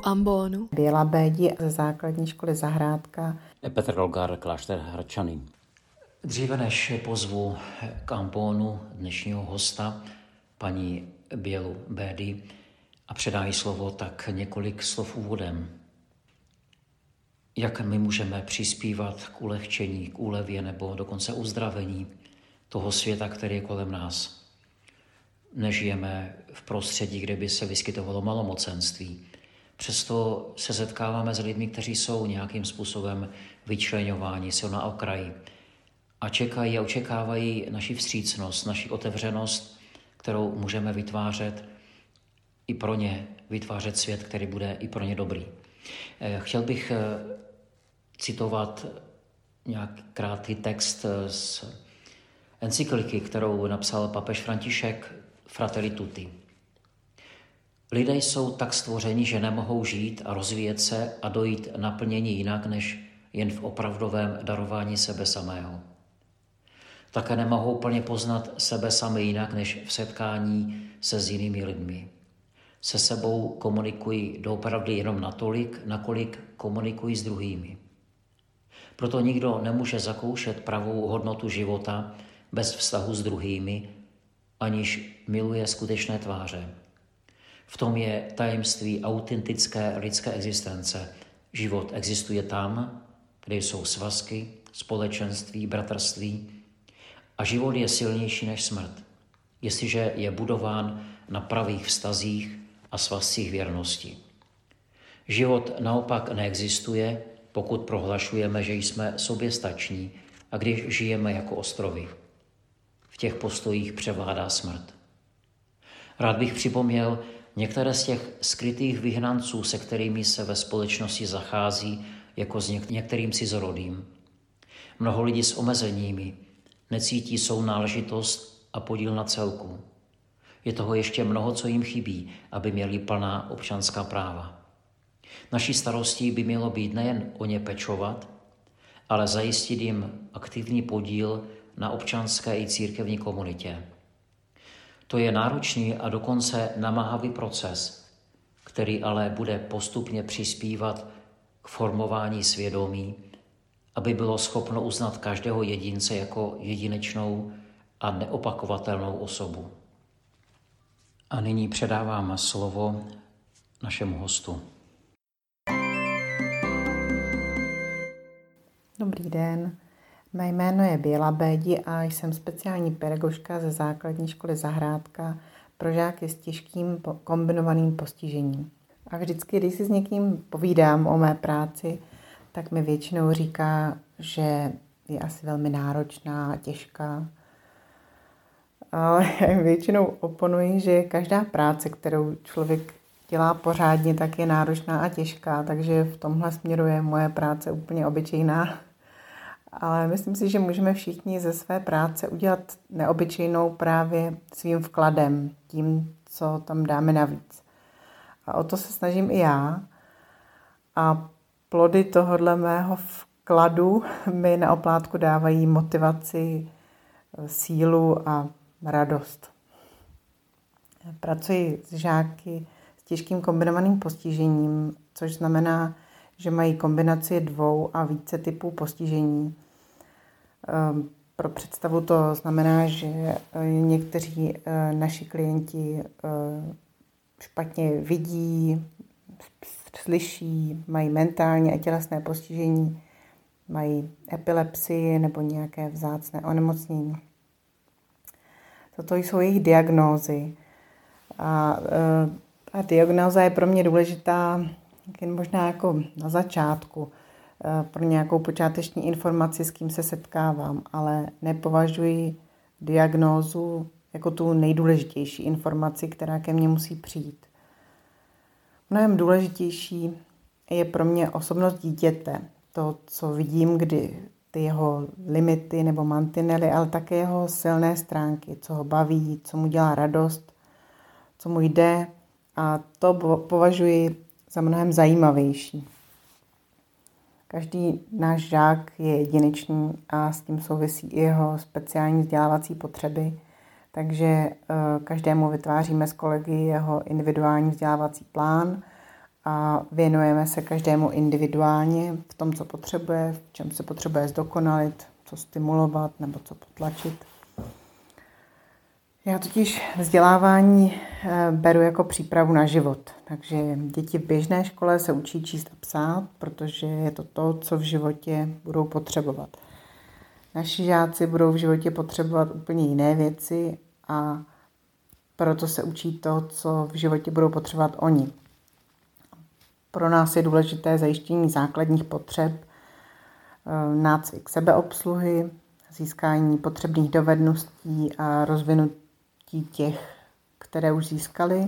ambonu. Běla Bédi ze základní školy Zahrádka. Petr Dolgar, klášter Hradčany. Dříve než pozvu k ambonu dnešního hosta, paní Bělu Bédi, a předám jí slovo, tak několik slov úvodem. Jak my můžeme přispívat k ulehčení, k úlevě nebo dokonce uzdravení toho světa, který je kolem nás. Nežijeme v prostředí, kde by se vyskytovalo malomocenství. Přesto se setkáváme s lidmi, kteří jsou nějakým způsobem vyčleňováni, jsou na okraji a čekají a očekávají naši vstřícnost, naši otevřenost, kterou můžeme vytvářet i pro ně, vytvářet svět, který bude i pro ně dobrý. Chtěl bych citovat nějaký krátký text z encykliky, kterou napsal papež František Fratelli Tutti. Lidé jsou tak stvořeni, že nemohou žít a rozvíjet se a dojít naplnění jinak, než jen v opravdovém darování sebe samého. Také nemohou plně poznat sebe sami jinak, než v setkání se s jinými lidmi. Se sebou komunikují doopravdy jenom natolik, nakolik komunikují s druhými. Proto nikdo nemůže zakoušet pravou hodnotu života bez vztahu s druhými, aniž miluje skutečné tváře. V tom je tajemství autentické lidské existence. Život existuje tam, kde jsou svazky, společenství, bratrství a život je silnější než smrt, jestliže je budován na pravých vztazích a svazcích věrnosti. Život naopak neexistuje, pokud prohlašujeme, že jsme soběstační a když žijeme jako ostrovy. V těch postojích převládá smrt. Rád bych připomněl některé z těch skrytých vyhnanců, se kterými se ve společnosti zachází jako s některým cizorodým. Mnoho lidí s omezeními necítí sounáležitost a podíl na celku. Je toho ještě mnoho, co jim chybí, aby měli plná občanská práva. Naší starostí by mělo být nejen o ně pečovat, ale zajistit jim aktivní podíl na občanské i církevní komunitě. To je náročný a dokonce namáhavý proces, který ale bude postupně přispívat k formování svědomí, aby bylo schopno uznat každého jedince jako jedinečnou a neopakovatelnou osobu. A nyní předávám slovo našemu hostu. Dobrý den, mé jméno je Běla Bédi a jsem speciální pedagožka ze základní školy Zahrádka pro žáky s těžkým kombinovaným postižením. A vždycky, když si s někým povídám o mé práci, tak mi většinou říká, že je asi velmi náročná a těžká. Ale já jim většinou oponuji, že každá práce, kterou člověk dělá pořádně, tak je náročná a těžká, takže v tomhle směru je moje práce úplně obyčejná. Ale myslím si, že můžeme všichni ze své práce udělat neobyčejnou právě svým vkladem, tím, co tam dáme navíc. A o to se snažím i já. A plody tohohle mého vkladu mi na oplátku dávají motivaci, sílu a radost. Pracuji s žáky s těžkým kombinovaným postižením, což znamená, že mají kombinaci 2 a více typů postižení. Pro představu to znamená, že někteří naši klienti špatně vidí, slyší, mají mentální a tělesné postižení, mají epilepsii nebo nějaké vzácné onemocnění. Toto jsou jejich diagnózy. A diagnóza je pro mě důležitá jen možná jako na začátku, pro nějakou počáteční informaci, s kým se setkávám, ale nepovažuji diagnózu jako tu nejdůležitější informaci, která ke mně musí přijít. Mnohem důležitější je pro mě osobnost dítěte, to, co vidím, kdy ty jeho limity nebo mantinely, ale také jeho silné stránky, co ho baví, co mu dělá radost, co mu jde, a to považuji za mnohem zajímavější. Každý náš žák je jedinečný a s tím souvisí i jeho speciální vzdělávací potřeby, takže každému vytváříme s kolegy jeho individuální vzdělávací plán a věnujeme se každému individuálně v tom, co potřebuje, v čem se potřebuje zdokonalit, co stimulovat nebo co potlačit. Já totiž vzdělávání beru jako přípravu na život. Takže děti v běžné škole se učí číst a psát, protože je to, co v životě budou potřebovat. Naši žáci budou v životě potřebovat úplně jiné věci a proto se učí to, co v životě budou potřebovat oni. Pro nás je důležité zajištění základních potřeb, nácvik sebeobsluhy, získání potřebných dovedností a rozvinutí těch, které už získali.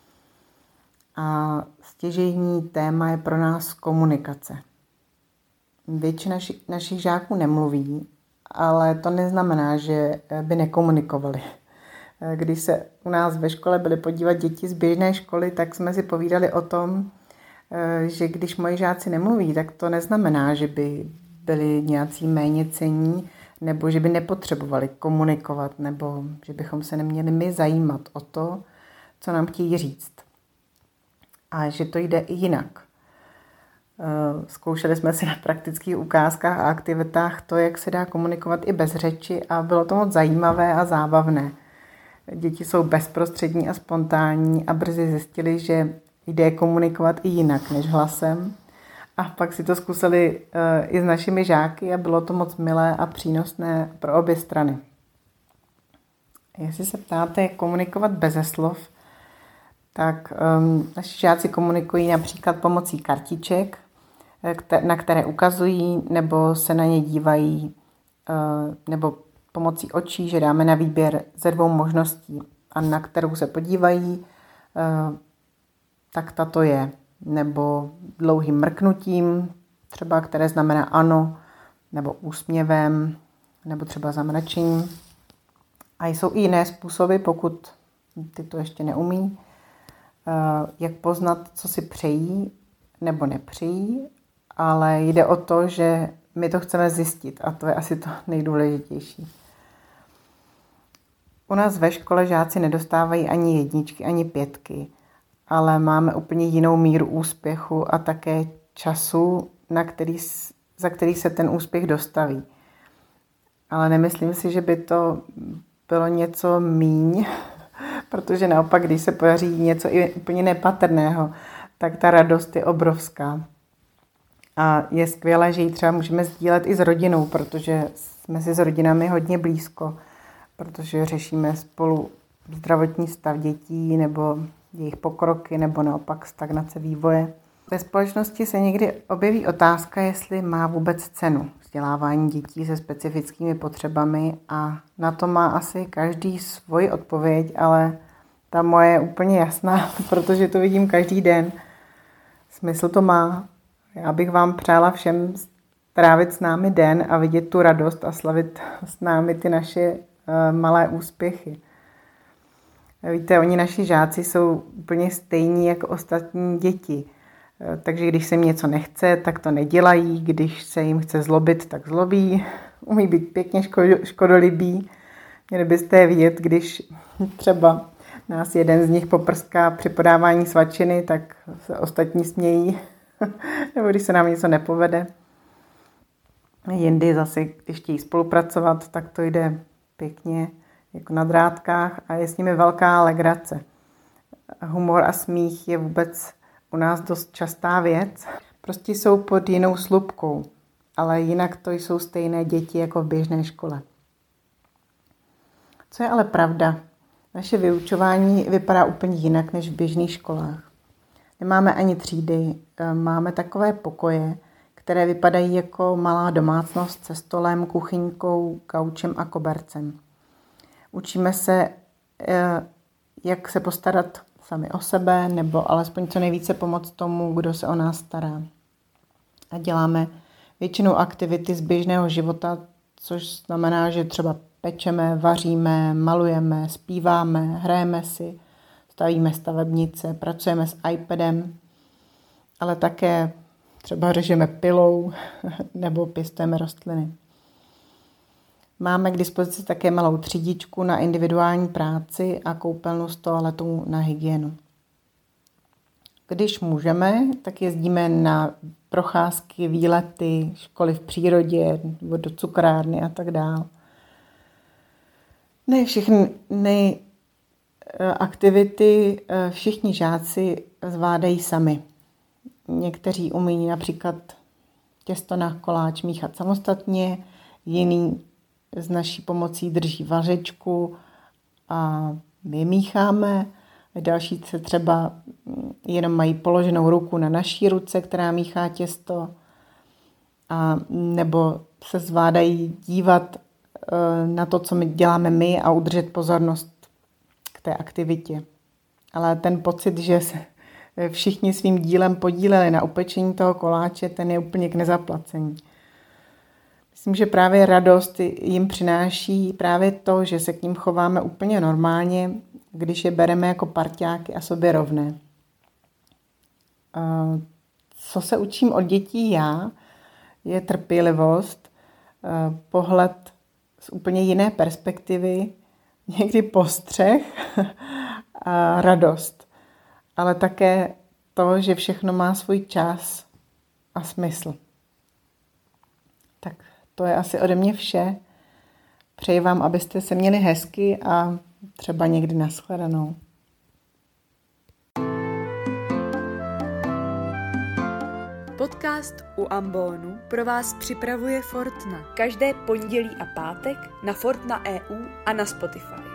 A stěžejní téma je pro nás komunikace. Většina našich žáků nemluví, ale to neznamená, že by nekomunikovali. Když se u nás ve škole byly podívat děti z běžné školy, tak jsme si povídali o tom, že když moji žáci nemluví, tak to neznamená, že by byli nějací méněcenní, nebo že by nepotřebovali komunikovat, nebo že bychom se neměli my zajímat o to, co nám chtějí říct. A že to jde i jinak. Zkoušeli jsme si na praktických ukázkách a aktivitách to, jak se dá komunikovat i bez řeči a bylo to moc zajímavé a zábavné. Děti jsou bezprostřední a spontánní a brzy zjistili, že jde komunikovat i jinak než hlasem. A pak si to zkusili i s našimi žáky a bylo to moc milé a přínosné pro obě strany. Jestli se ptáte, jak komunikovat beze slov, tak naši žáci komunikují například pomocí kartiček, na které ukazují nebo se na ně dívají, nebo pomocí očí, že dáme na výběr ze 2 možností a na kterou se podívají, tak tato je. Nebo dlouhým mrknutím, třeba které znamená ano, nebo úsměvem, nebo třeba zamračením. A jsou i jiné způsoby, pokud ty to ještě neumí, jak poznat, co si přejí nebo nepřejí, ale jde o to, že my to chceme zjistit a to je asi to nejdůležitější. U nás ve škole žáci nedostávají ani 1, ani 5, ale máme úplně jinou míru úspěchu a také času, za který se ten úspěch dostaví. Ale nemyslím si, že by to bylo něco míň, protože naopak, když se podaří něco i úplně nepatrného, tak ta radost je obrovská. A je skvělé, že ji třeba můžeme sdílet i s rodinou, protože jsme si s rodinami hodně blízko, protože řešíme spolu zdravotní stav dětí nebo jejich pokroky nebo naopak stagnace vývoje. Ve společnosti se někdy objeví otázka, jestli má vůbec cenu vzdělávání dětí se specifickými potřebami a na to má asi každý svoji odpověď, ale ta moje je úplně jasná, protože to vidím každý den. Smysl to má. Já bych vám přála všem trávit s námi den a vidět tu radost a slavit s námi ty naše malé úspěchy. Víte, oni naši žáci jsou úplně stejní jako ostatní děti. Takže když se jim něco nechce, tak to nedělají. Když se jim chce zlobit, tak zlobí. Umí být pěkně škodolibí. Měli byste je vidět, když třeba nás jeden z nich poprská při podávání svačiny, tak se ostatní smějí. Nebo když se nám něco nepovede. Jindy zase, když chtějí spolupracovat, tak to jde pěkně jako na drátkách a je s nimi velká legrace. Humor a smích je vůbec u nás dost častá věc. Prostě jsou pod jinou slupkou, ale jinak to jsou stejné děti jako v běžné škole. Co je ale pravda? Naše vyučování vypadá úplně jinak než v běžných školách. Nemáme ani třídy, máme takové pokoje, které vypadají jako malá domácnost se stolem, kuchyňkou, gaučem a kobercem. Učíme se, jak se postarat sami o sebe, nebo alespoň co nejvíce pomoct tomu, kdo se o nás stará. A děláme většinou aktivity z běžného života, což znamená, že třeba pečeme, vaříme, malujeme, zpíváme, hrajeme si, stavíme stavebnice, pracujeme s iPadem, ale také třeba řežeme pilou nebo pěstujeme rostliny. Máme k dispozici také malou třídičku na individuální práci a koupelnu s toaletou na hygienu. Když můžeme, tak jezdíme na procházky, výlety, školy v přírodě, do cukrárny a tak dále. Ne všechny aktivity všichni žáci zvládají sami. Někteří umí například těsto na koláč míchat samostatně, jiný s naší pomocí drží vařečku a my mícháme. Další se třeba jenom mají položenou ruku na naší ruce, která míchá těsto, a nebo se zvládají dívat na to, co my děláme my a udržet pozornost k té aktivitě. Ale ten pocit, že se všichni svým dílem podíleli na upečení toho koláče, ten je úplně k nezaplacení. Myslím, že právě radost jim přináší právě to, že se k ním chováme úplně normálně, když je bereme jako parťáky a sobě rovné. Co se učím od dětí já, je trpělivost, pohled z úplně jiné perspektivy, někdy postřeh a radost. Ale také to, že všechno má svůj čas a smysl. Tak to je asi ode mě vše. Přeji vám, abyste se měli hezky a třeba někdy nashledanou. Podcast u Ambonu pro vás připravuje Fortna. Každé pondělí a pátek na Fortna EU a na Spotify.